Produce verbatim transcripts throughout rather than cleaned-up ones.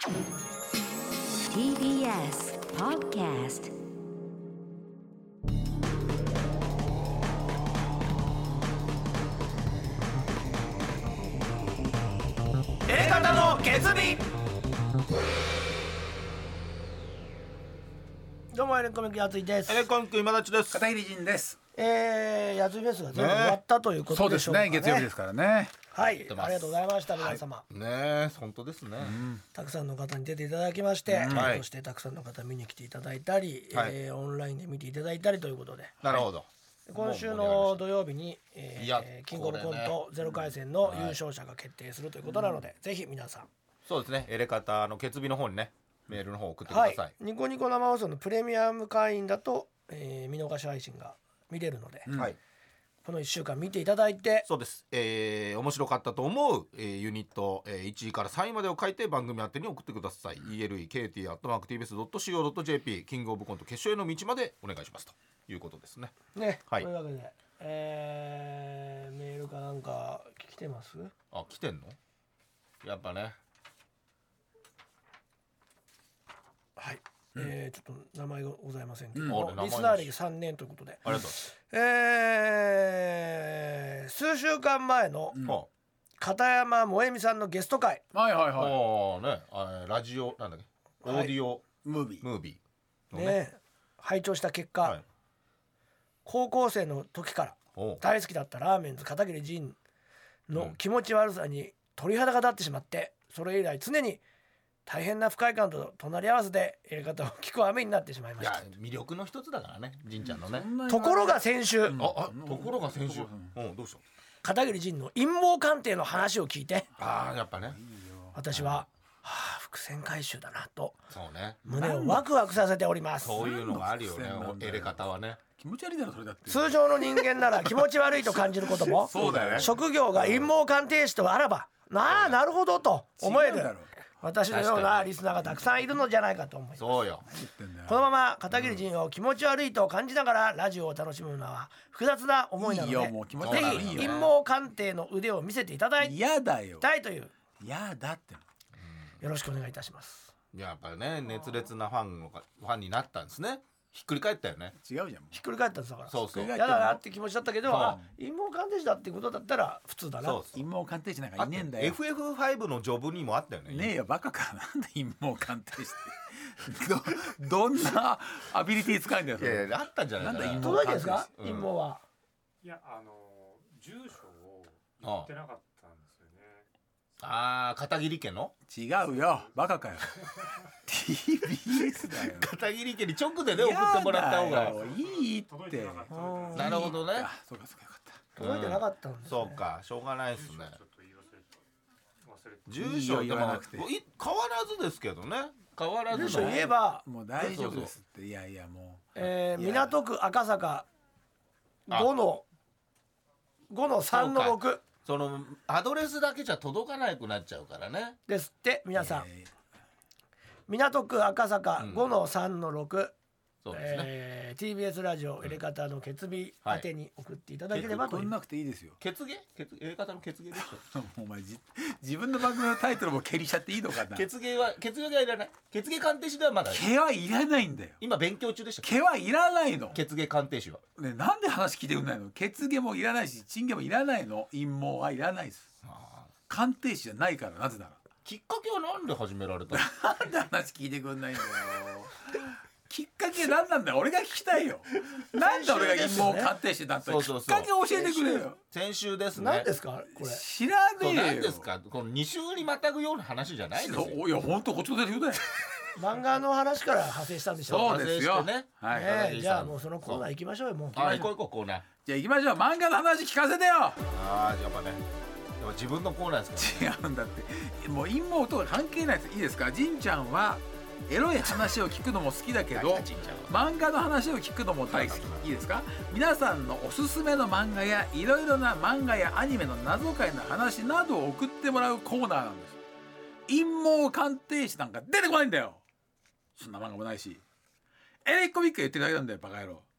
ティービーエス Podcast。 A型の決意。 どうもエレコミックやついです。 エレコミック今立ちです。 片桐仁です。 えー、やついフェスが全部終わったということでしょうかね。 そうですね、月曜日ですからね。 はい、ありがとうございました皆様、 はい、ねえ本当ですね、うん、 たくさんの方に出ていただきまして、うんはい、そしてたくさんの方見に来ていただいたり、はい、えー、オンラインで見ていただいたりということで、 なるほど、はい、 今週の土曜日に、えー、キングオブコントゼロ回戦の優勝者が決定するということなので、はい、ぜひ皆さんそうですね、エレカタの決意の方にねメールの方を送ってください、はい、 ニコニコ生放送のプレミアム会員だと、えー、見逃し配信が見れるので、うん、はい、このいっしゅうかん見ていただいて、 そうです、えー、面白かったと思う、えー、ユニット、えー、いちいからさんいまでを書いて番組宛てに送ってください。 イーエルイーケーティー アットマーク ティービーエス ドット シーオー ドット ジェーピー キングオブコント決勝への道までお願いしますということですね。 ね、 はい、 というわけで、えー、メールかなんか来てます？ あ、来てんの？やっぱね、はい、えー、ちょっと名前がございませんけど、うん、リスナー歴さんねんということで、 ありがとうございます。えー、数週間前の片山萌実さんのゲスト会、 はいはいはい、 あ、ね、あラジオなんだっけ、オーディオ、はい、 ムービームービーのね、ね、拝聴した結果、はい、高校生の時から大好きだったラーメンズ片桐仁の気持ち悪さに鳥肌が立ってしまって、それ以来常に大変な不快感と隣り合わせでやり方を聞く雨になってしまいました。 いや魅力の一つだからね、仁ちゃんのね。 ところが先週、うん、 ああところが先週、うん、どうした？ 片桐仁の陰謀鑑定の話を聞いて、 ああやっぱね、 私は、はあ、伏線回収だなと、 そうね、 胸をワクワクさせております。 そういうのがあるよね、エレ方はね。 気持ち悪いだろそれだって。 通常の人間なら気持ち悪いと感じることもそうだよね、 職業が陰謀鑑定士とあらば、なあなるほどと思える私のようなリスナーがたくさんいるのじゃないかと思います。 そうよ、 このまま片桐仁を気持ち悪いと感じながらラジオを楽しむのは複雑な思いなので、いいよ、もう気持ち悪いよ、ぜひ陰謀鑑定の腕を見せていただきたいという、 やだって、 よろしくお願いいたします。 やっぱりね、熱烈なファンのファンになったんですね。ひっくり返ったよね。 違うじゃん、 ひっくり返ったんですだから。 そうそう、 やだなって気持ちだったけど、あ、陰謀鑑定士だっていうことだったら普通だな。そうそう、 陰謀鑑定士なんかいねえんだよ。 エフエフファイブ のジョブにもあったよね。 ねえよバカか、なんで陰謀鑑定士ってど, どんなアビリティ使うんだよそれ。 いやいやあったんじゃないかな。 なんだ陰謀鑑定士ですか、うん、陰謀は。 いや、あの住所を言ってなかったんですよね。 ああ、片桐家の？ 違うよバカかよティービーエス だよ。 片桐家に直でね送ってもらった方がいいって。 なるほどね。 そうかそうか、よかった。 届いてなかったんですね。 そうか、しょうがないですね。住所言わなくて変わらずですけどね。変わらず。 住所言えばもう大丈夫ですって。いやいやもう、 えー、港区赤坂ごのごのさんのろく、 そのアドレスだけじゃ届かなくなっちゃうからね。 ですって皆さん、えー、港区赤坂ごのさんのろく、そうですね、えー、ティービーエス ラジオエレカタの決意宛てに送っていただければという、 送んなくていいですよ。 決議エレカタの決議ですよお前じ自分の番組のタイトルも蹴りしちゃっていいのかな。 決議は決議はいらない。決議鑑定士ではまだ毛はいらないんだよ。 今勉強中でした。 毛はいらないの。 決議鑑定士は、 ね、なんで話聞いてくんないの。決議もいらないしチンゲもいらないの。陰謀はいらないです。鑑定士じゃないから。なぜならきっかけはなんで始められたのなんで話聞いてくんないんだよきっかけ何なんだよ、俺が聞きたいよなんで俺が陰謀鑑定士だったの、きっかけ教えてくれよ。 先週ですね。 何ですかこれ。 知らねえよ。 何ですかこのに週にまたぐような話じゃないですよ。 いや本当こっちのセリフだよ漫画の話から派生したんでしょ。 そうですよね、 はい、ね、じゃあもうそのコーナー行きましょうよ。もうあ、行こう行こうコーナー。 じゃあ行きましょう。漫画の話聞かせてよ。 ああ、やっぱね、やっぱ自分のコーナーですから、ね、 違うんだって。もう陰謀とか関係ないです。いいですか。仁ちゃんはエロい話を聞くのも好きだけど漫画の話を聞くのも大好き。いいですか。皆さんのおすすめの漫画やいろいろな漫画やアニメの謎解の話などを送ってもらうコーナーなんです。陰謀鑑定士なんか出てこないんだよ。そんな漫画もないし。エレコミック言ってるだけなんだよバカ野郎。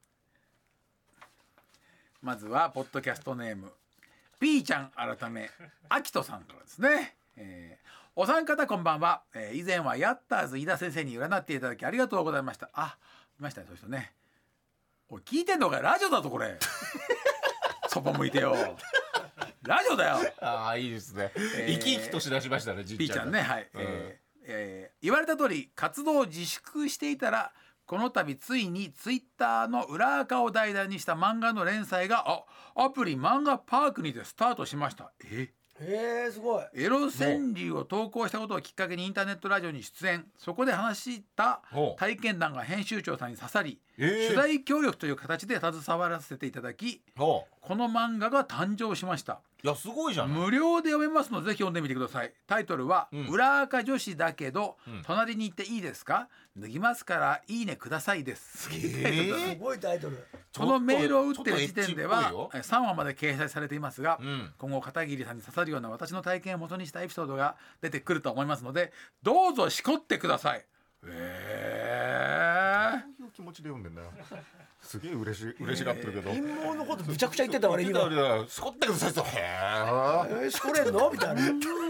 まずはポッドキャストネームピーちゃん改めアキトさんからですね。えーお三方こんばんは、えー、以前はヤッターズ飯田先生に占っていただきありがとうございました。あ、いましたね、そういう人ね。おい、聞いてんのかよ、ラジオだとこれそこ向いてよ、ラジオだよ。 ああ、いいですね、えー、生き生きとしだしましたね、じいちゃん。 ピーちゃんね、はい、うん、えーえー、言われた通り活動を自粛していたら、この度ついにツイッターの裏垢を題材にした漫画の連載があアプリ漫画パークにてスタートしました。えへー、すごい。 エロ川柳を投稿したことをきっかけにインターネットラジオに出演、そこで話した体験談が編集長さんに刺さり、えー、取材協力という形で携わらせていただき、この漫画が誕生しました。 いや、すごいじゃん。 無料で読めますのでぜひ読んでみてください。タイトルは、うん、裏垢女子だけど、うん、隣に行っていいですか、脱ぎますからいいねくださいです。 えー、すごいタイトル。 このメールを打ってる時点ではさんわまで掲載されていますが、うん、今後片桐さんに刺さるような私の体験を元にしたエピソードが出てくると思いますので、どうぞしこってください。えー、 どういう気持ちで読んでんだよ。すげえ嬉しい嬉しがってるけど、 陰謀のことむちゃくちゃ言ってた割にはしこってくださいと、 へえ、しこれんのみたいな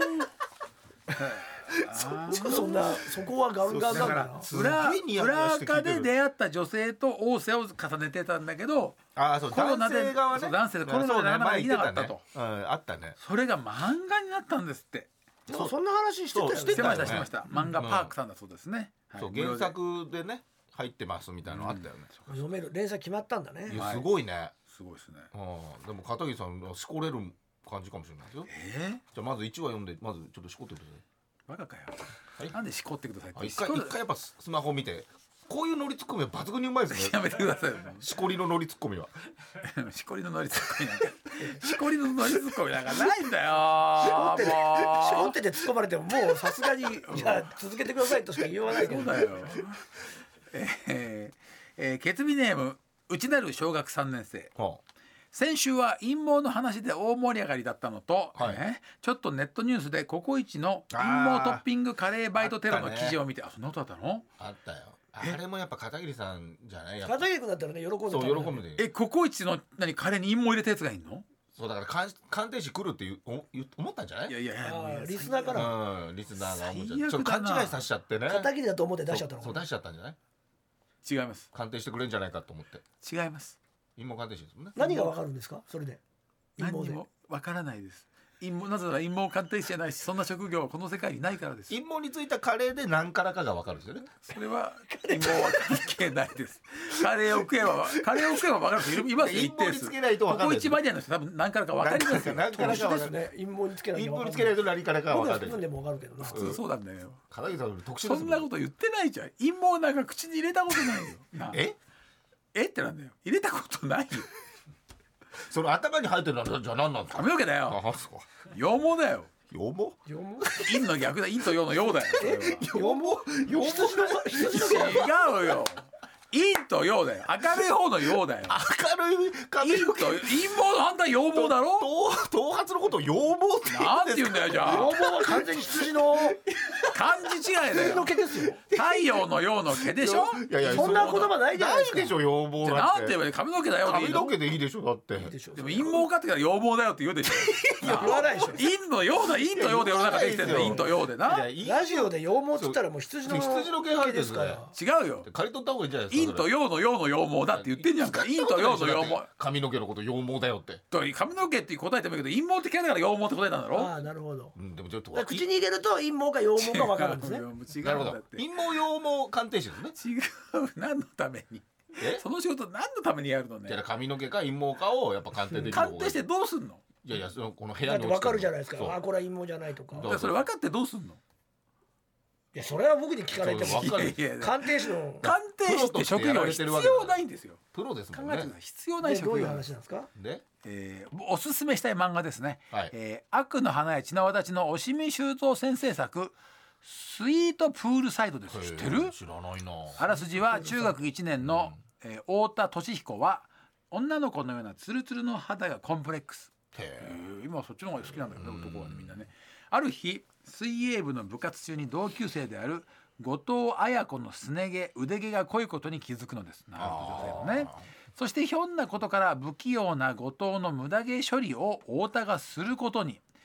そんな、そこはガンガンだから。 裏裏垢で出会った女性と仰せを重ねてたんだけど、 あ、そう、コロナで男性でコロナでなかなかできなかったと、 あったね。 それが漫画になったんですって。 そう、そんな話してたよね。 してましたしてました。漫画パークさんだそうですね。 そう、原作でね入ってますみたいなのあったよね。 読める、連載決まったんだね。 いや、すごいね。 すごいですね。 でも片桐さんしこれる感じかもしれないですよ。じゃあまずいちわ読んで、まずちょっとしこってください。 バカかよ。なんでしこってくださいって。 一回一回やっぱスマホ見て、こういうノリツッコミは抜群にうまいですね。 やめてください。 しこりのノリツッコミは。 しこりのノリツッコミなんか、しこりのノリツッコミなんかないんだよ。 しこってて突っ込まれてももうさすがにじゃあ続けてくださいとしか言わないけど。 そうだよ。えーえー、ケツビネーム内なる小学さんねん生。はあ、先週は陰謀の話で大盛り上がりだったのと、はい、ね、ちょっとネットニュースでココイチの陰謀トッピングカレーバイトテロの記事を見て、 あ,、ね、あ、そんなことあったの？ あったよ。あれもやっぱ片桐さんじゃない？ 片桐君だったらね、喜んでた。 そう、喜んで。 え、ココイチの何カレーに陰謀入れたやつがいんの？ そうだから、鑑定士来るっていう思ったんじゃない？ いやいやいや、 リスナーから、 うん、リスナーが思っちゃってちょっと勘違いさせちゃってね。 片桐だと思って出しちゃったの。 そう、出しちゃったんじゃない？ 違います。 鑑定してくれるんじゃないかと思って。 違います。 陰謀鑑定士ですもんね。 何がわかるんですか、それで？ 何にもわからないです。陰謀、なぜなら陰謀鑑定士じゃないし、そんな職業はこの世界にないからです。 陰謀についたカレーで何からかがわかるんですよね。 それは陰謀は関係ないです。カレーを食えばカレーを食えばわかる人いますよ。一定数。ここ一マニアの人多分何からかわかりますよ。 何からかわかるね。陰謀につけないと。 陰謀につけないと何からかわかる。 僕はでもわかるけどな。 普通そうなんだよ。 片桐さん特殊です。 そんなこと言ってないじゃん。陰謀なんか口に入れたことないよ。 え？ えってなんだよ。入れたことないよ。 その頭に入ってるのはじゃあ何なんですか？ 髪の毛だよ。羊毛だよ。 羊毛？ 陰陰の逆だ。陰と陽の陽だよ。 羊毛？羊毛の違うよ。陰と陽だよ。明るい方の陽だよ。 明るい髪の毛。 陰謀の反対羊毛だろ。 頭髪のことを羊毛ってなんて言うんだよじゃあ。 羊毛は完全に羊の漢字違いだよ。 羊の毛ですよ。 太陽の陽の毛でしょ。 いやいや、そんな言葉ないじゃないですか。 ないでしょ羊毛だって。 なんて言えばいい？髪の毛だよっていいの？ 髪の毛でいいでしょだって。 でも陰謀かってから羊毛だよって言うでしょ。 言わないでしょ。 陰の陽だ。陰と陽で世の中できてるんだ。陰と陽でな。 ラジオで羊毛っつったらもう羊の毛ですから。 違うよ。 刈り取った方がいいんじゃないですか。 陰と陽の陽の羊毛だって言ってんじゃんか。陰と陽の羊毛。 髪の毛のこと羊毛だよって。 髪の毛って答えてもいいけど、陰謀って聞いたから羊毛って答えたんだろ。 ああ、なるほど。 でもちょっと口に入れると陰謀か羊毛か分かるんですね。 違う。 なるほど。陰謀羊毛鑑定士ですね。 違う。何のために？その仕事何のためにやるのね。 じゃあ髪の毛か陰謀かをやっぱ鑑定できる。 鑑定してどうすんの？ いやいや、そのこの部屋に分かるじゃないですか。あ、これは陰謀じゃないとか。 それ分かってどうすんの？ いや、それは僕に聞かれても。鑑定士の鑑定士って職業必要ないんですよ。 プロですもんね。 考えてください。必要ない職業。 どういう話なんですか？ で、 えー、おすすめしたい漫画ですね。 はい、 えー、悪の花や血の轍の押見修造先生作スイートプールサイドです。知ってる？ 知らないな。 あらすじは中学いちねんの、うん、えー、太田俊彦は女の子のようなツルツルの肌がコンプレックス。えー、今はそっちの方が好きなんだけど、男はね、みんなね。ある日水泳部の部活中に同級生である後藤綾子のすね毛腕毛が濃いことに気づくのです。なるほど、女性のね。そしてひょんなことから不器用な後藤の無駄毛処理を太田がすることに。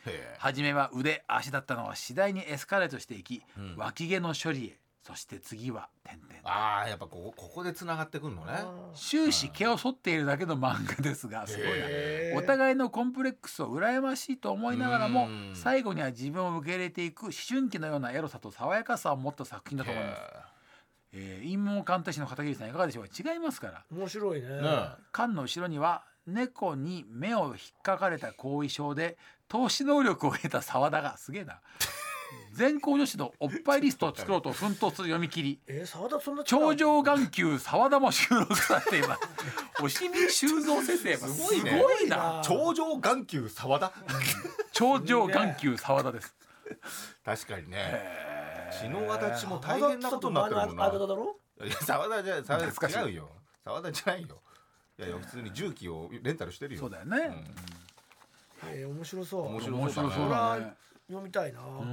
初めは腕足だったのは次第にエスカレートしていき、うん、脇毛の処理へ、そして次は点々。 ああやっぱここここでつながってくるのね。 終始毛を剃っているだけの漫画ですが、すごいな。お互いのコンプレックスを羨ましいと思いながらも、最後には自分を受け入れていく思春期のようなエロさと爽やかさを持った作品だと思います。えー、陰謀鑑定士の片桐さんいかがでしょうか。違いますから。 面白いね。 缶の後ろには猫に目を引っかかれた後遺症で透視能力を得た沢田が、すげえな全校女子のおっぱいリストを作ろうと奮闘する読み切り、 えー、沢田そんな頂上眼球沢田も収録されています。押見修造先生すごいね。すごいな。 頂上眼球沢田頂上眼球沢田です。 確かにね。血の形も大変なことになってるもんな。いや沢田じゃ沢田違うよ。沢田じゃないよ。いやいや普通に重機をレンタルしてるよ。 そうだよね。 うん、えー、面白そう。 面白そうだね。読みたいな。 うん、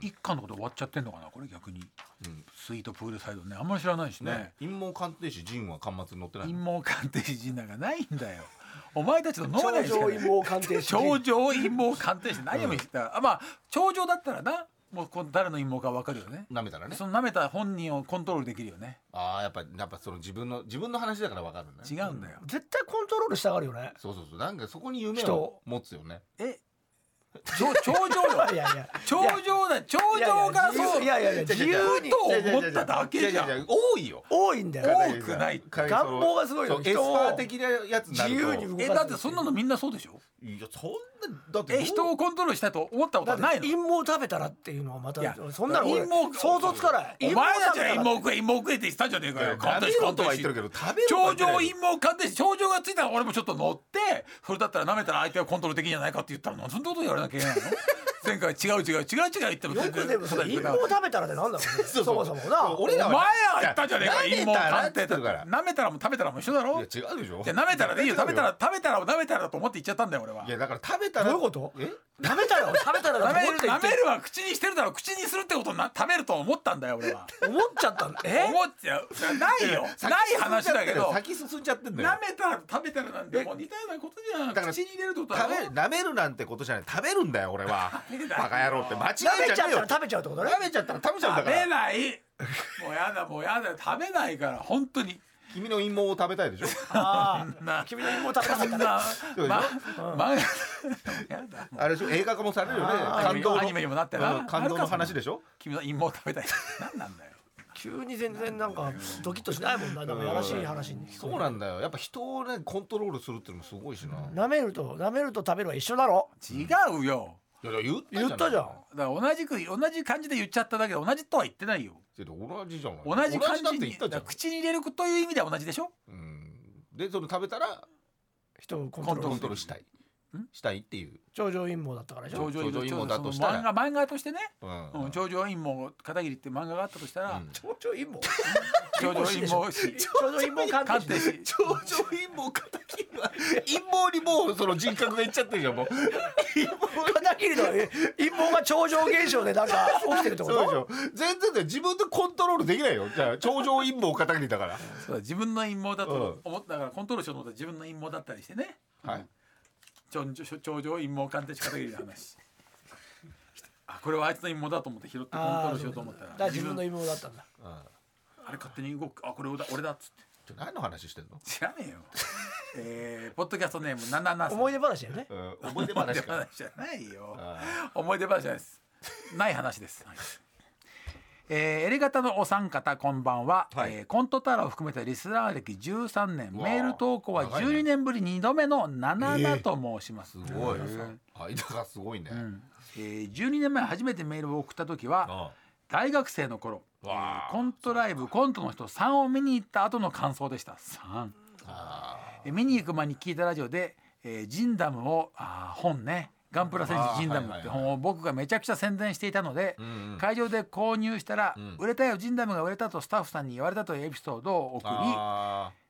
一巻のこと終わっちゃってんのかなこれ逆に、うん、スイートプールサイドね、あんまり知らないしね。ね、 陰謀鑑定士陣は巻末に載ってない。 陰謀鑑定士陣なんかないんだよ。お前たちの飲めないしかない。 頂上陰謀鑑定士頂上陰謀鑑定士何を見た、うん、あまあ頂上だったらな、もうこの誰の陰謀か分かるよね。 舐めたらね。 その舐めた本人をコントロールできるよね。 ああやっぱやっぱその自分の自分の話だから分かるね。 違うんだよ、 うん、絶対コントロールしたがるよね。 そうそうそう、なんかそこに夢を持つよね。 え頂上よ。いやいや頂上だ。頂上がそう。 いやいやいや自由にと思っただけじゃん。 多いよ。 多いんだよ。 多くない。 願望がすごいよ。 エスパー的なやつになると自由に動かす。 えだってそんなのみんなそうでしょ。 いやそんなだってえ人をコントロールしたいと思ったことはないの。 陰謀食べたらっていうのはまたそんなの陰謀想像つかない。 お前たちは陰謀食え陰謀食えって言ったんじゃねえかよ。 鑑定士鑑定士は言ってるけど食べる頂上陰謀鑑定士頂上がついたら俺もちょっと乗ってそれだったら舐めたら相手をコントロールできんじゃないかって言ったらそんなこと言われなきゃいけないの。前回違う違う違う違う言ってもよくでも陰謀食べたらってなんだろうね。そもそもな。 俺らお前ら言ったんじゃねえか陰謀鑑定だから舐めたらも食べたらも一緒だろ。 いや違うでしょ。 じゃ舐めたらでいいよ。食べたら食べたら舐めたらと思って言っちゃったんだよ俺は。 いやだから食べたらどういうこと？え食べたら食べたら舐める舐めるは口にしてるだろ。口にするってことな食べると思ったんだよ俺は。 思っちゃったんだ。え思っちゃうないよ。ない話だけど先進んじゃってんだよ。 舐めたら食べたらなんてもう似たようなことじゃん。口に入れるってことだろ。 舐めるなんてことじゃない。食べるんだよ俺は。バカ野郎って間違えちゃうよ。 食べちゃうってことね。 食べちゃったら食べちゃうんだから。 食べない。もうやだもうやだ食べないから本当に。 君の陰謀を食べたいでしょ。 ああ、君の陰謀食べたいんだ。 ま、ま、あれでしょ映画化もされるよね。 感動のアニメにもなってな。 感動の話でしょ。 君の陰謀食べたい。何なんだよ。 急に全然なんかドキッとしないもんな。やらしい話に。 そうなんだよ。やっぱ人をねコントロールするっていうのもすごいしな。 舐めると舐めると食べるは一緒だろ。 違うよ。 いや言ったじゃん。 言ったじゃん。 だから同じく同じ感じで言っちゃっただけで同じとは言ってないよ。 同じじゃない。 同じ感じに口に入れるという意味では同じでしょ。 うん。でその食べたら人をコントロールしたい。したいっていう頂上陰謀だったからでしょ。 頂上陰謀だとしたら漫画漫画としてね。頂上陰謀片桐って漫画があったとしたら。 頂上陰謀。 頂上陰謀師。 頂上陰謀鑑定士。 頂上陰謀片桐は陰謀にもうその人格がいっちゃってるじゃんもう。 片桐の陰謀が超常現象でなんか起きてるってこと。 そうでしょ。全然自分でコントロールできないよ。じゃあ頂上陰謀片桐だから。 そうだ自分の陰謀だと思ったからコントロールしようと思ったら自分の陰謀だったりしてね。 はい。 頂上陰謀鑑定士片桐の話。あこれはあいつの陰謀だと思って拾ってコントロールしようと思ったら。 だから自分の陰謀だったんだ。 あれ勝手に動く。あこれ俺だ俺だっつって。 何の話してんの？ 知らねえよ。えー、ポッドキャストネームナナナさん。 思い出話だよね。 思い出話か。 じゃないよ。思い出話です。ない話です。えー、エレガタのお三方こんばんは、はいえー、コント太郎を含めたリスナー歴じゅうさんねんメール投稿はじゅうにねんぶりにどめのナナナと申します、 えー、すごい間がすごいね、 うんえー、じゅうにねんまえ初めてメールを送った時は大学生の頃、えー、コントライブコントの人さんを見に行った後の感想でした。さんあ、えー、見に行く前に聞いたラジオで、えー、ジンダムをあ本ねガンプラ戦士ジンダムって本を僕がめちゃくちゃ宣伝していたので、うんうん、会場で購入したら、うん、売れたよジンダムが売れたとスタッフさんに言われたというエピソードを送り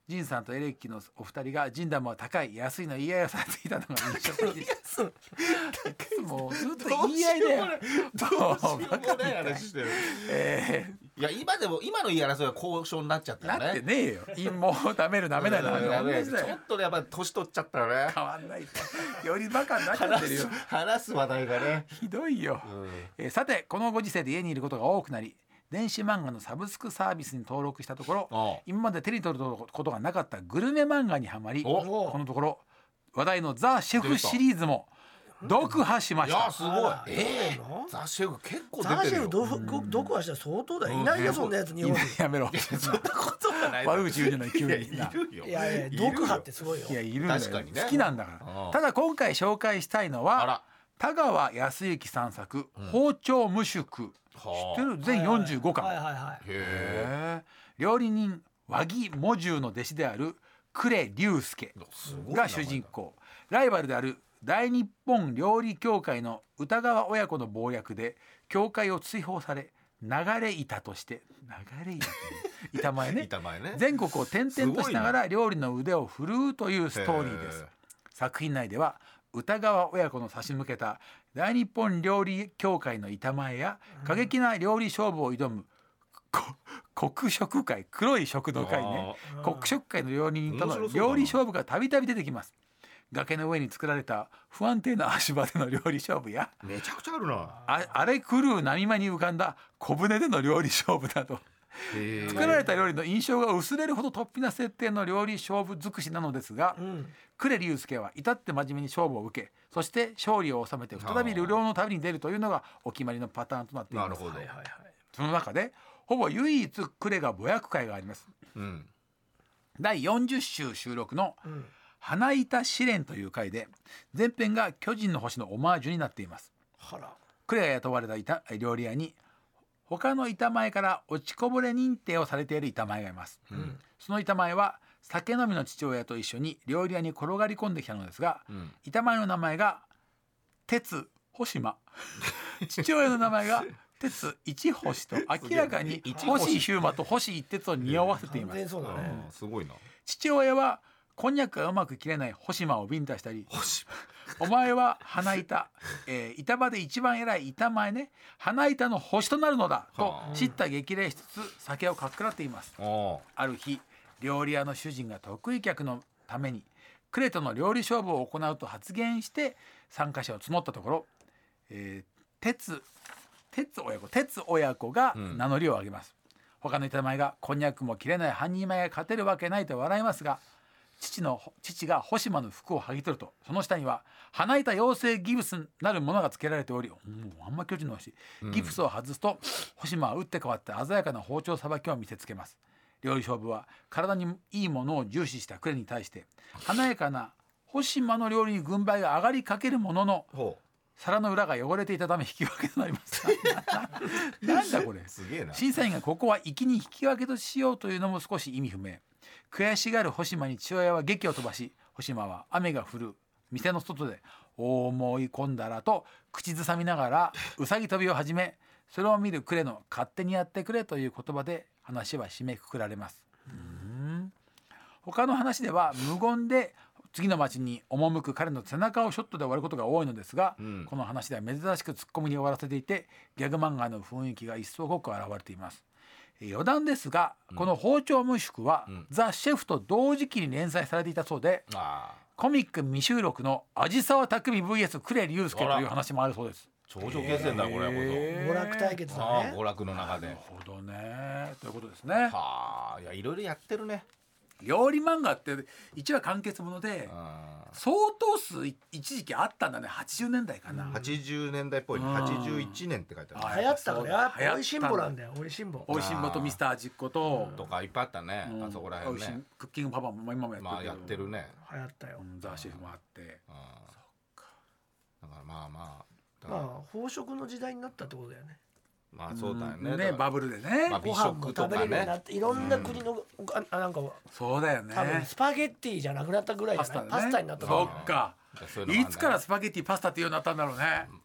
ジンさんとエレキのお二人がジンダムは高い安いの言い合いをされていたのが印象的でしたもうずっと言い合いだよどうしようもない話してるえいや今でも今の言い争いは交渉になっちゃったー、 よねなってねえよ陰謀を舐める舐めないの話同じだよちょっとねやっぱ年取っちゃったよね変わんないとよりバカになっちゃってるよ話す話題がね、 ひどいよ、 うんえーさてこのご時世で家にいることが多くなり電子漫画のサブスクサービスに登録したところああ今まで手に取ることがなかったグルメ漫画にはまりおこのところ話題のザ・シェフシリーズも読破しましたいやすごいあらえどうなのー、ザ・シェフ結構ザーシェフ出てるよどどこはしたら相当だよいないよそんなやつ日本にやめろそんなことはない悪口言うじゃない急にいやいるよいやいや読破ってすごいよいやいるんだよ確かにね好きなんだからああただ今回紹介したいのはあら田川康之さん作「包丁無宿」知ってる全よんじゅうごかんはいはいはいへへー料理人和木茂重の弟子である呉龍介えが主人公ライバルである大日本料理協会の歌川親子の謀略で協会を追放され流れ板として流れ板って板前ね板前ね全国を転々としながら料理の腕を振るうというストーリーですへー作品内では歌川親子の差し向けた大日本料理協会の板前や過激な料理勝負を挑むこ黒色会黒い食堂会ね黒色会の料理人との面白そうだな料理勝負がたびたび出てきます崖の上に作られた不安定な足場での料理勝負やめちゃくちゃあるなあ荒れ狂う波間に浮かんだ小舟での料理勝負などへー作られた料理の印象が薄れるほど突飛な設定の料理勝負尽くしなのですが、 うん呉龍介は至って真面目に勝負を受けそして勝利を収めて再び流浪の旅に出るというのがお決まりのパターンとなっていますなるほど、 はいはいはいその中でほぼ唯一呉がぼやく会がありますうんだいよんじゅっ週収録のうん花板試練という回で前編が巨人の星のオマージュになっていますはら呉が雇われた板料理屋に他の板前から落ちこぼれ認定をされている板前がいます、 うんその板前は酒飲みの父親と一緒に料理屋に転がり込んできたのですが、 うん板前の名前が鉄干島父親の名前が鉄一星と明らかに星ヒューマと星一鉄を匂わせていま完全にすそうだねあーすごいな父親はこんにゃくがうまく切れない干島をビンタしたり星お前は花板、えー板場で一番偉い板前ね花板の星となるのだとはあ叱咤激励しつつ酒をかっくらっていますあーある日料理屋の主人が得意客のためにクレとの料理勝負を行うと発言して参加者を募ったところ、えー、鉄鉄親子鉄親子が名乗りを上げます、うん、他の板前がこんにゃくも切れない半人前が勝てるわけないと笑いますが父の父が干島の服を剥ぎ取るとその下には花板妖精ギブスなるものが付けられておりもうあんま巨人の星ギブスを外すと干島は打って変わって鮮やかな包丁さばきを見せつけます料理勝負は体にいいものを重視した呉に対して華やかな干島の料理に軍配が上がりかけるもののほ皿の裏が汚れていたため引き分けとなりましたなんだこれうすげえな審査員がここは粋に引き分けとしようというのも少し意味不明悔しがる干島に父親は檄を飛ばし干島は雨が降る店の外で思い込んだらと口ずさみながらうさぎ跳びを始めそれを見る呉の勝手にやってくれという言葉で話は締めくくられます。うーん他の話では無言で次の町に赴く彼の背中をショットで終わることが多いのですが、うん、この話では珍しくツッコミに終わらせていてギャグ漫画の雰囲気が一層濃く現れています。余談ですが、うん、この包丁無宿は、うん、ザ・シェフと同時期に連載されていたそうで、あコミック未収録の味沢匠 ブイエス 呉龍介という話もあるそうです。 頂上決戦だこれは娯楽対決だね。 娯楽の中で。 なるほどねということですね。 はあいやいろいろやってるね。 料理漫画っていちわ完結もので相当数一時期あったんだね。はちじゅうねんだいかな、うん、 はちじゅうねんだいっぽいね。はちじゅういちねんって書いてある。 流行ったからやっぱおいしんぼなんだよ。おいしんぼおいしんぼとミスター味っ子ととかいっぱいあったね、うん、あそこら辺ね。 クッキングパパも今もやってるけど、 まあ、やってるね。 流行ったよ、 うん、ザ・シェフもあって。 あそっかだからまあまあまあ飽食の時代になったってことだよね。 まあそうだよね。 うん、ねバブルでね、 まあ、美食とかね、ご飯も食べれるようになっていろんな国の、うん、あなんかそうだよね。 多分スパゲッティじゃなくなったぐらいじゃない。パスタ、ね、パスタになった。 そっか。いつからスパゲッティパスタっていうようになったんだろうね。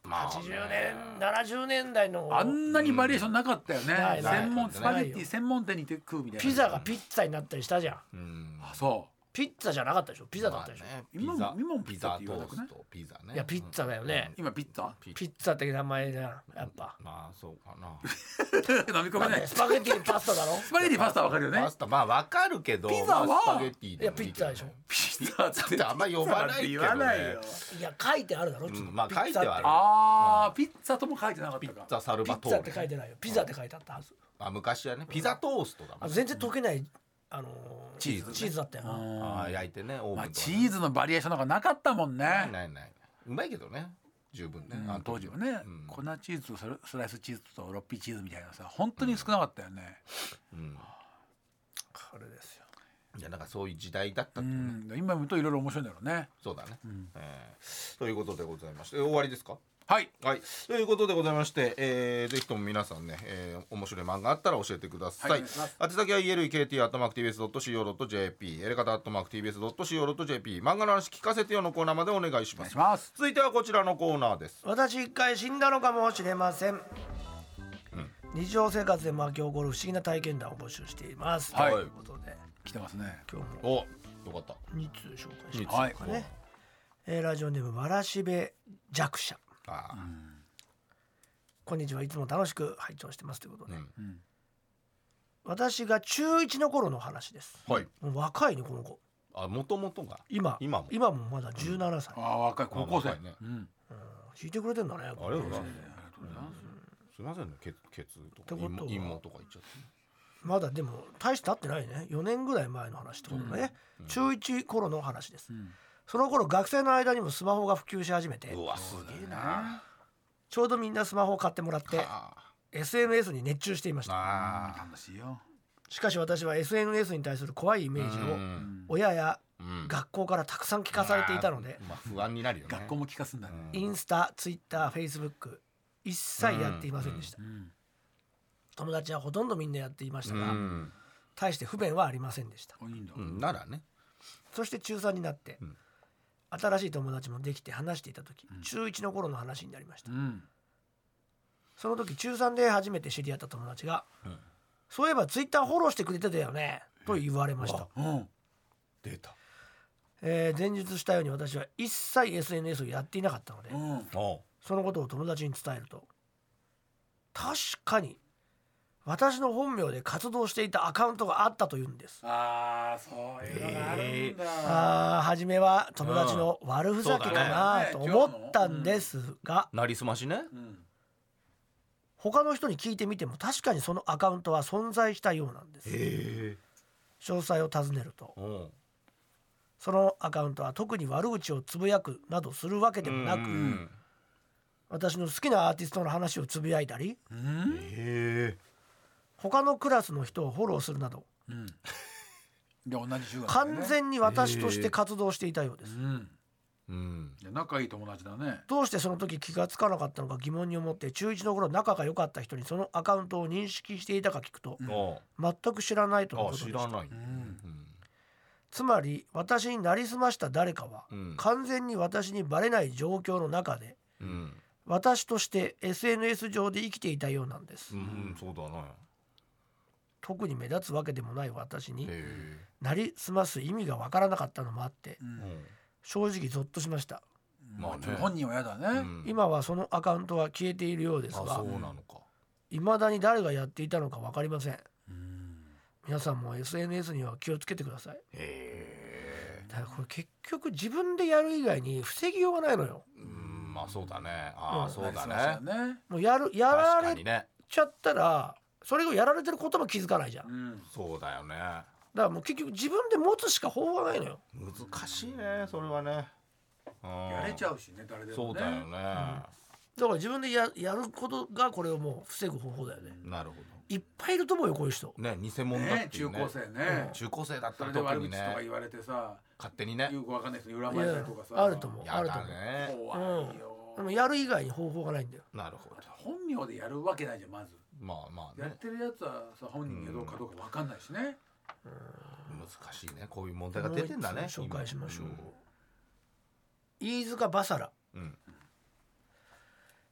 まあねはちじゅうねんななじゅうねんだいのあんなにバリエーションなかったよね、 ないない専門ないスパゲッティ専門店に行って食うみたいな。 ピザがピッツァになったりしたじゃん。 うんあそうピッツァじゃなかったでしょ。ピザだったでしょ、 まあね、 今もピザ今もピピザザって言わなくないトーストピザね。 いやピッツァだよね、 今ピッツァピピッツァって名前だやっぱ、 まあそうかな。 飲み込めない。 スパゲッティにパスタだろ。 スパゲッティパスタわかるよねパ。スタまあわかるけど、 ピザはまあスパゲッティいやピッツァでしょ。 ピザってあんま呼ばないけどねピザなんて言わないよ。 いや書いてあるだろ、ちょっとうんまあピッツァ書いてはあるあーピッツァとも書いてなかったか。 ピッツァサルピッツァバトーレって書いてないよ。ピザって書いてあったはず。 あ昔はねピザトーストだもん。 あ全然溶けないあのーチーズねチーズだったよな。 あー焼いてねオーブンとかねまあチーズのバリエーションなんかなかったもんね。 ないないないうまいけどね十分ね、 うんあの当時はね、 うん粉チーズとスラスライスチーズとロッピーチーズみたいなさ本当に少なかったよね。 うんこれですよ。 いやなんかそういう時代だったうっていうね、 ん、今見るといろいろ面白いんだろうね。 そうだね、 んえーということでございましてえ終わりですか。 はい。 はい、ということでございまして、えー、ぜひとも皆さんね、えー、面白い漫画あったら教えてください。 はいお願いします宛先は イーエルイーケーティー アットマーク ティービーエス ドット シーオー ドット ジェーピー エレカタ アットマーク ティービーエス ドット シーオー ドット ジェーピー 漫画の話聞かせてよのコーナーまでお願いしおます。 願いします。 続いてはこちらのコーナーです。 私一回死んだのかもしれません、日常生活で巻き起こる不思議な体験談を募集しています、 はいということで来てますね。 今日もおよかった。 につ紹介しにつましょうかね、えーラジオネームわらしべ弱者。 あこんにちはいつも楽しく拝聴してますということで、 ー、 うん。 私が中いちの頃の話です。 うん、はい。 もう若いねこの子。 あもともとが今今も今もまだじゅうななさい、 ああ若い高校生。 あ若いねうん。 聞いてくれてんだね。 ありがとうございます。 ありがとうございます。 すみませんねケケツとかってことは陰謀とか言っちゃって。 まだでも大して経ってないね。よねんぐらい前の話ってことだね、中いち頃の話です、 うん。 その頃学生の間にもスマホが普及し始めて、 うわすげえな。 ちょうどみんなスマホを買ってもらってあエスエヌエス に熱中していました。 あ楽しいよ。 しかし私は エスエヌエス に対する怖いイメージうをん親やうん学校からたくさん聞かされていたので、 まあ不安になるよね。 学校も聞かすんだね。 インスタ、ツイッター、フェイスブック一切やっていませんでした、 うん。 友達はほとんどみんなやっていましたが、 うん、 大して不便はありませんでした。 いいんだ。 うん、ならね。 そして中さんになって、 うん新しい友達もできて話していた時、中いちの頃の話になりました。 うん。 その時中さんで初めて知り合った友達が、 うんそういえばツイッターフォローしてくれてたよねと言われました、 うん。 出た。 えー前述したように私は一切 エスエヌエス をやっていなかったので、 うん。 おうそのことを友達に伝えると、確かに私の本名で活動していたアカウントがあったというんです。 ああそういうのがあるんだ。 あー初めは友達の悪ふざけかなと思ったんですが、 なりすましね。 うん。 他の人に聞いてみても確かにそのアカウントは存在したようなんです。 へえ。 詳細を尋ねると、 おうそのアカウントは特に悪口をつぶやくなどするわけでもなく、 うん私の好きなアーティストの話をつぶやいたり、 うん。 へえ。 他のクラスの人をフォローするなどうん。で同じ中学だよね。 完全に私として活動していたようです。 うん。 うん。 いや仲いい友達だね。 どうしてその時気がつかなかったのか疑問に思って、中いちの頃仲が良かった人にそのアカウントを認識していたか聞くと、 おう全く知らないとのあことでした。 知らない。 うん。 つまり私になりすました誰かは、 うん完全に私にバレない状況の中でうん。 私として エスエヌエス 上で生きていたようなんです、 うん、そうだな。 特に目立つわけでもない私にへえ。 なりすます意味がわからなかったのもあって、 うん。 正直ゾッとしました。 まあね本人は嫌だね。 うん今はそのアカウントは消えているようですあ、 がそうなのか。 未だに誰がやっていたのか分かりません。 うん。 皆さんも エスエヌエス には気をつけてください。 へえ。 だからこれ結局自分でやる以外に防ぎようがないのよ。 うん、まあそうだね。ああ、 うんそうだなりすましね。 ね。 もうやるやられ確かにね。 ちゃったらそれをやられてることも気づかないじゃん。だかうん。 そうだよね。 らもう結局自分で持つしか方法がないのよ。 難しいね、それはね。 やれちゃう。 うしね誰でもね。 そうだよね。 だから自分でややることがこれをもう防ぐ方法だよね。 なるほいっぱいいると思うよこういう人。 ど。ね、偽物だっねていうね。 中高生ね。 中高生だったらそれで悪特にね口とか言われてさ、 勝手にねよくわかんない人に恨いまれたやりとかさ。 あると思う。あやだると思う。 ね。 怖いよ。 でもやる以外に方法がないんだよ。 なるほど。 本名でやるわけないじゃんまず。 まあまあねやっ、てるやつはさ本人がどうかどうかわかんないしね。 難しいね、こういう問題が出てんだね。 もう一つ紹介しましょう。 今飯塚バサラ。 うん。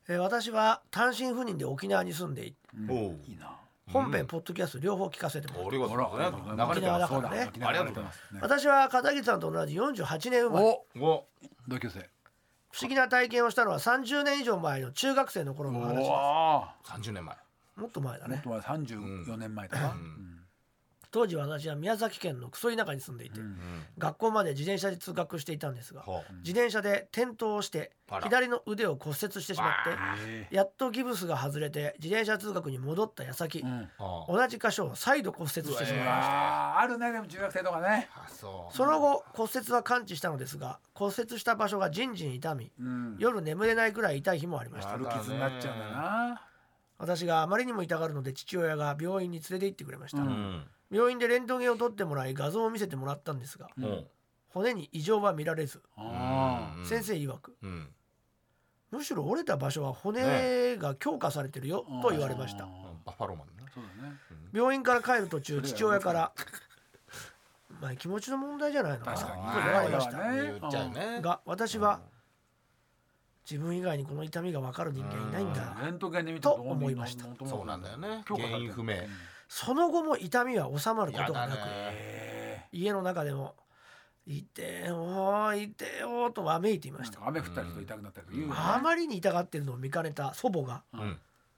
えー私は単身赴任で沖縄に住んでいて、 うんおういいな。 本編ポッドキャスト両方聞かせてもらって、 ありがとうございます。流れてます。 沖縄だからねそうだありがとうございます。 ね私は片桐さんと同じよんじゅうはちねん生まれ。 おお、 同級生。 不思議な体験をしたのはさんじゅうねん以上前の中学生の頃の話です。 おさんじゅうねんまえ。 もっと前だねもっと。前さんじゅうよねんまえだな。 うん当時私は宮崎県のクソ田舎に住んでいて、 うん学校まで自転車で通学していたんですが、 は自転車で転倒してあら左の腕を骨折してしまって、 えやっとギブスが外れて自転車通学に戻った矢先、 ーうんあ。 同じ箇所を再度骨折してしまいました。 あーあるねでも中学生とかね。 あ、そう。 その後骨折は完治したのですが、骨折した場所がじんじん痛み、 うん夜眠れないくらい痛い日もありました。 歩き傷になっちゃうんだよな。 私があまりにも痛がるので父親が病院に連れて行ってくれました。 ううん。 病院でレントゲンを取ってもらい画像を見せてもらったんですが、 うんん。 骨に異常は見られず、 あうん先生曰くうん。 むしろ折れた場所は骨が強化されてるよと言われました。 あーバッファローマンね。 そうだね。 病院から帰る途中父親から「まあ気持ちの問題じゃないのかな」と確かに言われましたね言っちゃうね。 が、私は自分以外にこの痛みが分かる人間いないんだ。 レントゲンで見たらと思いましたそうなんだよね。 強化されてる原因不明。 その後も痛みは収まることがなく、 やだねえ家の中でも「痛えよ痛えよ」とわめいていーました。 雨降ったりと痛くなったりとか言うよね。 あまりに痛がってるのを見かねた祖母がうん。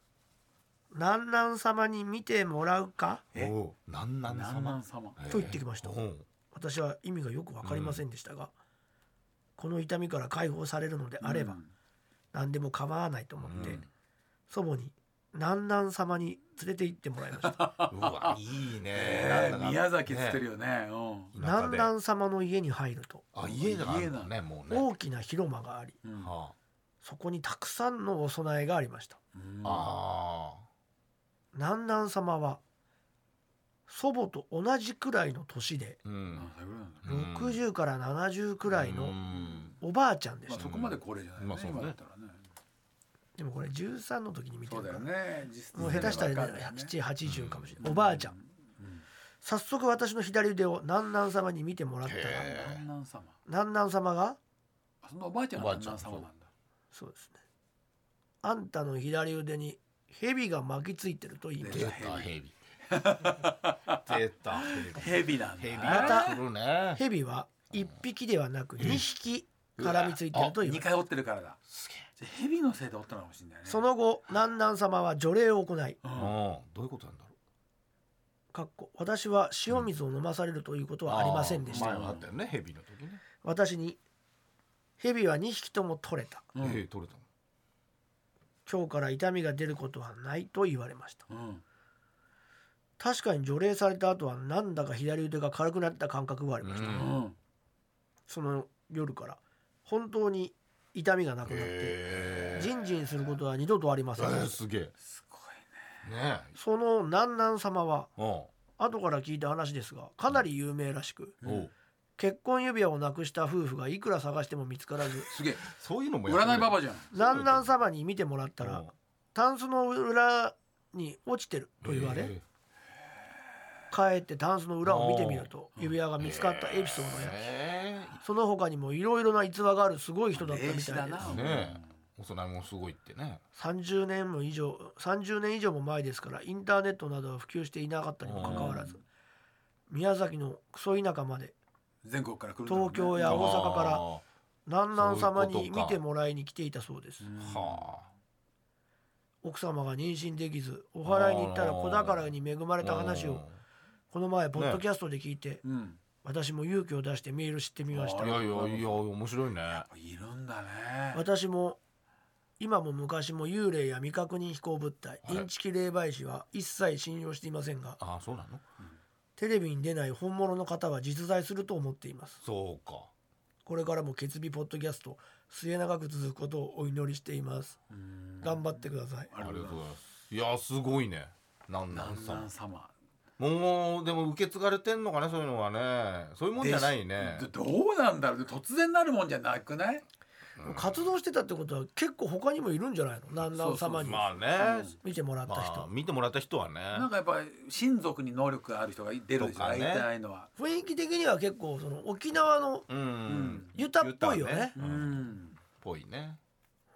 「南南様に見てもらうか?」 えおう、なんなん南様南様。 と言ってきました。 うん私は意味がよく分かりませんでしたが、この痛みから解放されるのであればうん何でも構わないと思って、 うん祖母に南南様に連れて行ってもらいました。 うわ、いいね。 えーなんだか宮崎っつってるよね。うん田舎で南南様の家に入るとあ、家があるんだ家ね、もうね。 大きな広間があり、 うんはそこにたくさんのお供えがありました。 うんあ。あ南南様は祖母と同じくらいの年であ。うん。 あそういうことなんだねうんろくじゅうからななじゅうくらいのうんおばあちゃんでした。 まあそこまで高齢じゃないよねまあそうね今だったらね。 でもこれじゅうさんの時に見てそうだよるから、 ね。実質もう下手したらわかるよねななじゅうはちじゅうかもしれない、おばあちゃん。 うん早速私の左腕を南南様に見てもらったら、 へえ南南様。 南南様があそのおばあちゃんが南南様なんだ。 そうですね、あんたの左腕に蛇が巻きついてると言いまし出た。 たヘビ。出たヘビ。 ヘビなんだ。 ヘビまた来るね。 蛇はいっぴきではなくにひき絡みついてると言いました。 二回折ってるからだ。 すげえ。 じゃあヘビのせいで折ったのかもしれないね。 その後南南様は除霊を行い、 うんうん。どういうことなんだろかっこ私は塩水を飲まされるということう。 はありませんでした。 前はあったよね、ヘビの時ね。 私に蛇はにひきとも取れた、 うんええ、取れたの。 今日から痛みが出ることはないと言われました。 うん確かに除霊された後はなんだか左腕が軽くなった感覚がありました。 うんうんその夜から本当に痛みがなくなってへえ。 ジンジンすることは二度とありません。 えーすげえ。 すごいね。 ねその南南様はえ。うん。 後から聞いた話ですがかなり有名らしく、 おう。 結婚指輪をなくした夫婦がいくら探しても見つからず、 すげえ。 そういうのもやってくれる占いババじゃん。 南南様に見てもらったらうんタンスの裏に落ちてると言われ、 へ帰ってタンスの裏を見てみると指輪が見つかったエピソードやえその他にもいろいろな逸話があるすごい人だったみたいです。 霊視だなねえ。お供えもすごいってね。 さんじゅうねんも以上さんじゅうねん以上も前ですからインターネットなどは普及していなかったにもかかわらず宮崎のクソ田舎まで全国から来るんだろうね。 東京や大阪からあ南南様そういうことかに見てもらいに来ていたそうです。 うんーは奥様が妊娠できずお祓いに行ったら子宝に恵まあ。 れた話をこの前ポッドキャストで聞いて、 うん。 私も勇気を出してメールしてみましたい。やいやいや面白いね。 いるんだね。 私も今も昔も幽霊や未確認飛行物体、 はいインチキ霊媒師は一切信用していませんがああそうなの。 テレビに出ない本物の方は実在すると思っています。 そうか。 これからも決美ポッドキャスト末永く続くことをお祈りしています。 うん頑張ってください。 ありがとうございます。いやすごいね。なんなん南さん。 南様。 もうでも受け継がれてんのかねそういうのはね。そういうもんじゃないね。 でどうなんだろう。突然なるもんじゃなくない？ 活動してたってことは結構他にもいるんじゃないの南南様にまあね。 見てもらった人、 まあ見てもらった人はね。 なんかやっぱり親族に能力がある人が出るでしょ。 とかね大体のは。 雰囲気的には結構その沖縄のうん。 ユタっぽいよね。 ユタうん。 ぽいね。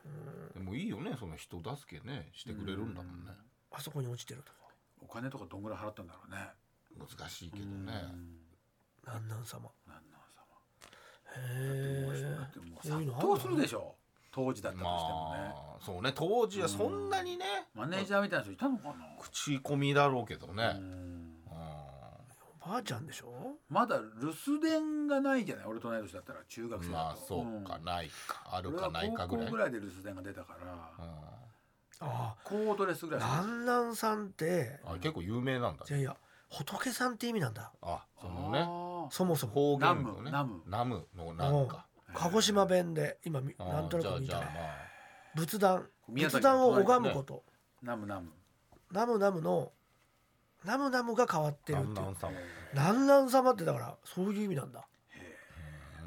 でもいいよね、その人助けねしてくれるんだもんね。 あそこに落ちてるとかお金とかどんぐらい払ったんだろうね。 難しいけどね。 なんなん様。 なんなん様。 へえ。 だってもう殺到するでしょ、当時だったとしてもね。 まあそうね、当時はそんなにね、 マネージャーみたいな人いたのかな。 口コミだろうけどね。 おばあちゃんでしょ。 まだ留守電がないじゃない、俺と同い年だったら中学生だと。 まあそうか、ないか、あるかないかぐらい。 俺は高校ぐらいで留守電が出たから、 ああ、 コードレスぐらい。 なんなんさんってあ、結構有名なんだね。 いやいや、仏さんって意味なんだ。 あ、そのね、 そもそも方言のね、 ナムナムのなんか鹿児島弁で今みなんとなく見たね。 まあ仏壇、 宮崎仏壇を拝むこと、 ナムナムナムナムのナムナムが変わってるっていう。 なんなん様。 なんなん様ってだからそういう意味なんだ。 うん。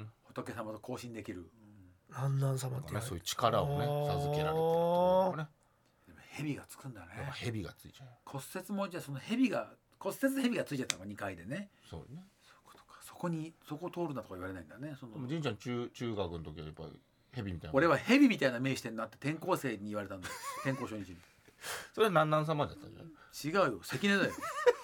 仏様と交信できる。 なんなん様ってね、そういう力をね授けられてるっていうね。 蛇がつくんだね。 蛇がついちゃう。 骨折もじゃあその蛇が骨折で蛇がついちゃったのがにかいでね。 そうね。 そういうことか。そこにそこ通るなとか言われないんだね。その神ちゃん中中学の時はやっぱり蛇みたいな。 俺は蛇みたいな目してんなって転校生に言われたんだよ。転校初日に。 それはなんなん様だったじゃん。 違うよ、関根だよ。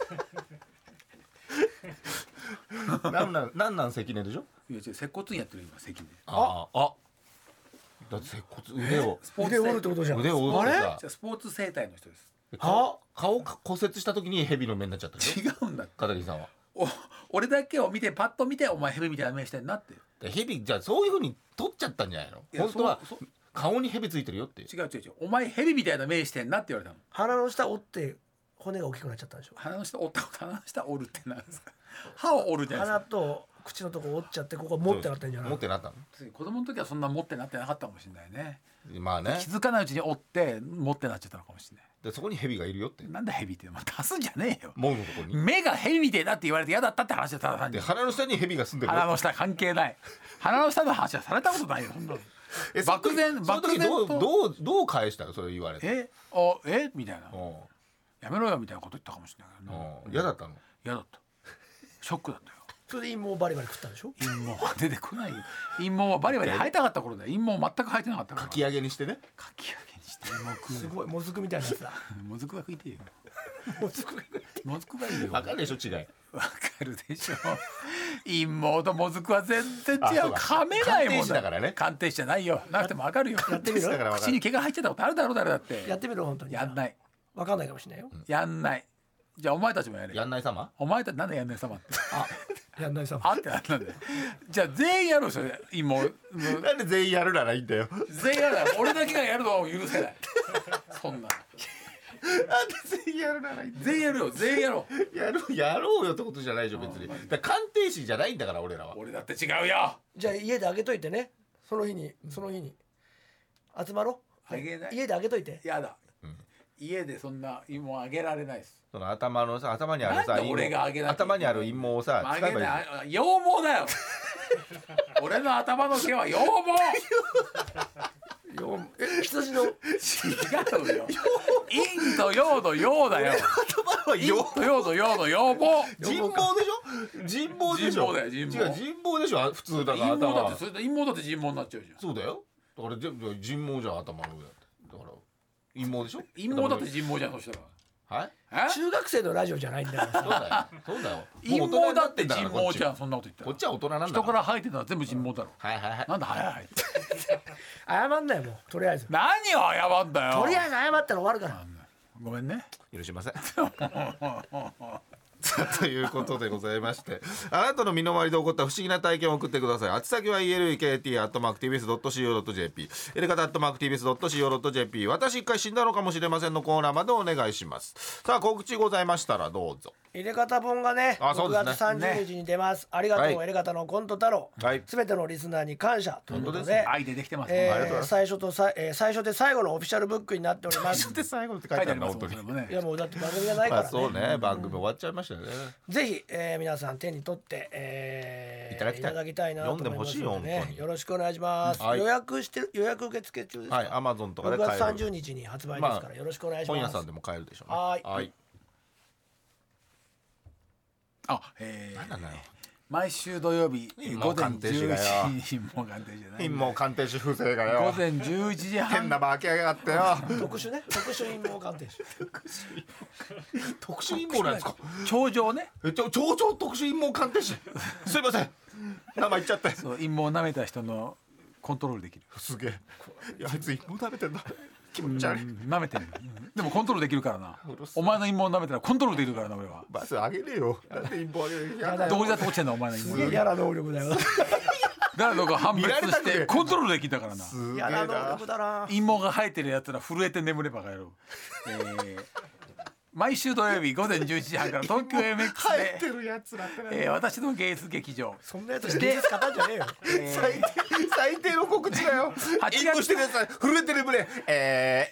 なんなんなんなん関根でしょ。 いや違う、接骨院やってる今関根。 ああ、だって接骨腕を腕を折るってことじゃん。 腕を折るってさ。 じゃスポーツ整体の人です。 顔顔骨折した時に蛇の目になっちゃったでしょ。 違うんだって。 片桐さんは。 お俺だけを見てパッと見てお前蛇みたいな目してんなって。 蛇じゃあそういう風に取っちゃったんじゃないの。 いや本当はそうそ顔に蛇ついてるよって。 違う違う違う、お前蛇みたいな目してんなって言われたの。 鼻の下折って骨が大きくなっちゃったんでしょ。 鼻の下折ったこと、鼻の下折るってなんですか。歯を折るじゃない鼻ですか。 と口のとこ折っちゃってここ持ってなってんじゃない。 持ってなったの。 子供の時はそんな持ってなってなかったかもしれないね。 まあね。 気づかないうちに折って持ってなっちゃったのかもしれない。 でそこに蛇がいるよって。 なんだ蛇って、まあ、足すんじゃねえよ。 門のところに。 目が蛇みてえだって言われて嫌だったって話だったら単にで鼻の下に蛇が住んでるよ。 鼻の下関係ない。鼻の下の話はされたことないよそんなの。 え漠然その時漠然とどうどうどう返したのそれ言われて。 えあえみたいな、 うんやめろよみたいなこと言ったかもしれないけどな。 うん嫌だったの。 嫌だった。ショックだったよ。 それで陰謀バリバリ食ったんでしょ。 陰謀は出てこないよ。陰謀はバリバリ生えたかった頃だよ。陰謀全く生えてなかったから。 かき揚げにしてね。 かき揚げにして陰謀食うすごいもずくみたいなやつだ。 もずくが食いてえよ。 もずくがもずくがいいよ。 わかるでしょ違い。 わかるでしょ。陰謀ともずくは全然違あそううだ噛めないもん鑑定士だからね鑑定士じゃないよ。なくてもわかるよ。 やってみるだからわかる口に毛が入っちゃったことあるだろ誰だって。 やってみろ本当に。 やんない。 わかんないかもしれないよ。 やんない。じゃあお前たちもやれ。 やんない様。 お前たちなんでやんない様って。 あ、やんないさん。 あってなんなんだよ。じゃあ全員やろうそれ。陰謀。もうなんで全員やるならいいんだよ。 全員やる。俺だけがやるのを許せない。そんな。 なんで全員やるならいいんだよ。 全員やるよ。全員やろう。 やろうやろうよってことじゃないでしょ別に。だから鑑定士じゃないんだから俺らは。 俺だって違うよ。 じゃあ家であげといてね。その日にその日に集まろう。 あげない。 家であげといて。 やだ。家でそんな陰謀あげられないです。 その頭のさ頭にあるさなんで俺があげなきゃいけない頭にある陰謀をさあげ使えばいい。 ないあ羊毛だよ。俺の頭の毛は羊毛。 よえ羊の違うよ。陰と陽の陽だよ。 頭は陰よと陽の陽の羊毛。 人毛でしょ人毛でしょ。 人毛だよ人毛違う人毛でしょあ普通だから陰謀だって頭。 それで陰謀だって人毛になっちゃうじゃん。 そうだよ。だから全部人毛じゃん頭の上だって。だから陰毛でしょ。 陰謀だって人毛じゃんそしたら。 はい。 え？ 中学生のラジオじゃないんだからそうさ。 だよ。そうだよ。 陰もう大人謀だってになんだから人毛じゃんこっちそんなこと言ったら。 こっちは大人なんだ人から生えてたら全部人毛だろ。 はいはいはい。 なんだ早い。 謝んないもんとりあえず。 何を謝んだよ。 とりあえず謝ったら終わるから。 ごめんね。 許しません。さあということでございましてあなたの身の回りで起こった不思議な体験を送ってください。宛先は イーエルイーケーティー アットマーク ティービーエス ドット シーオー ドット ジェーピー エレカタ アットマーク ティービーエス ドット シーオー ドット ジェーピー 私一回死んだのかもしれませんのコーナーまでお願いします。さあ告知ございましたらどうぞ。 入れ方本がね6 あそうですね月さんじゅうにちに出ます、ありがとう、 はい入れ方のコント太郎、 はいすべてのリスナーに感謝ということで本当ですね愛でできてますえね。 ありがとうございますー最初とさ、えー最初で最後のオフィシャルブックになっておりますで最後って書いてあるの本当に。 それもねいやもうだって番組がないからね、 まあそうね番組終わっちゃいましたよね。 ぜひ、えー皆さん手に取って、えーいただきたいだきたいなと思いますので、 読んでほしいよ本当によろしくお願いします、 はい予約してる予約受付中ですか、 はいアマゾンとかで 6 買える。 月さんじゅうにちに発売ですから、 まあよろしくお願いします。 本屋さんでも買えるでしょうね。 はいはい。 あ、えーなんだよ毎週土曜日陰午前謀鑑定士じゅういがよちじ陰謀鑑定士じゃない陰謀鑑定士風情がよ午前じゅういちじはん変なバーキやがってよ特殊ね特殊陰謀鑑定士特殊陰謀なんですか頂上ねえちょ頂上特殊陰謀鑑定士すいません名前言っちゃってそう陰謀を舐めた人のコントロールできるすげえいやあいつ陰謀食べてんだ気持ち悪い舐めてるでもコントロールできるからなうるせえお前の陰謀を舐めたらコントロールできるからな俺はバスあげねえよなんで陰謀あげるやだどこにだって落ちてんのお前の陰す謀げえ嫌な能力だよな誰のか判別見られたしくねえてコントロールできたからなすげえ嫌な能な力だな陰謀が生えてるやつら震えて眠ればかやろう、えー毎週土曜日午前じゅういちじはんから東京 エムエックス入っでてるやつらってねえー私の芸術劇場そんなやつ伝説語んじゃねえよ最低最低の告知だよはちがつ陰謀してるやつは震えて眠れえ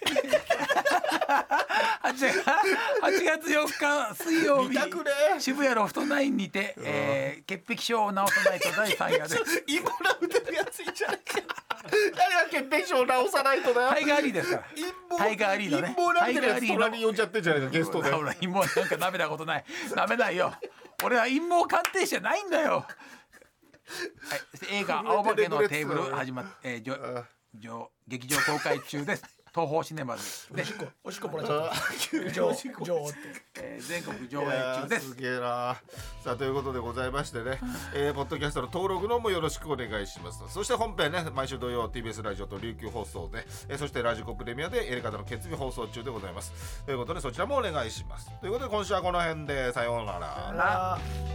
はちがつよっか水曜日見たくねえ渋谷ロフトナインにて、えー、潔癖症を治さないとだいさん夜ですー陰謀なめてるやついいじゃないか誰が潔癖症を直さないとだよタイガーリーですから陰謀タイガーリーのね陰謀なめてるやつタイガーリーの隣に呼んじゃってんじゃないかゲストでほら陰謀なんか舐めたことない舐めないよ俺は陰謀鑑定士じゃないんだよ、はい、映画「青化けのテーブル」始まっ、えー、じょじょ劇場公開中です東宝シネマズで、 おしっこおしっこもらっちゃった上上ってえー、全国上映いや中ですーすげえなさあということでございましてね、えー、ポッドキャストの登録のもよろしくお願いします。そして本編ね毎週土曜 ティービーエス ラジオと琉球放送で、えー、そしてラジコプレミアでエレカタの決日放送中でございますということでそちらもお願いしますということで今週はこの辺でさようなら。 あら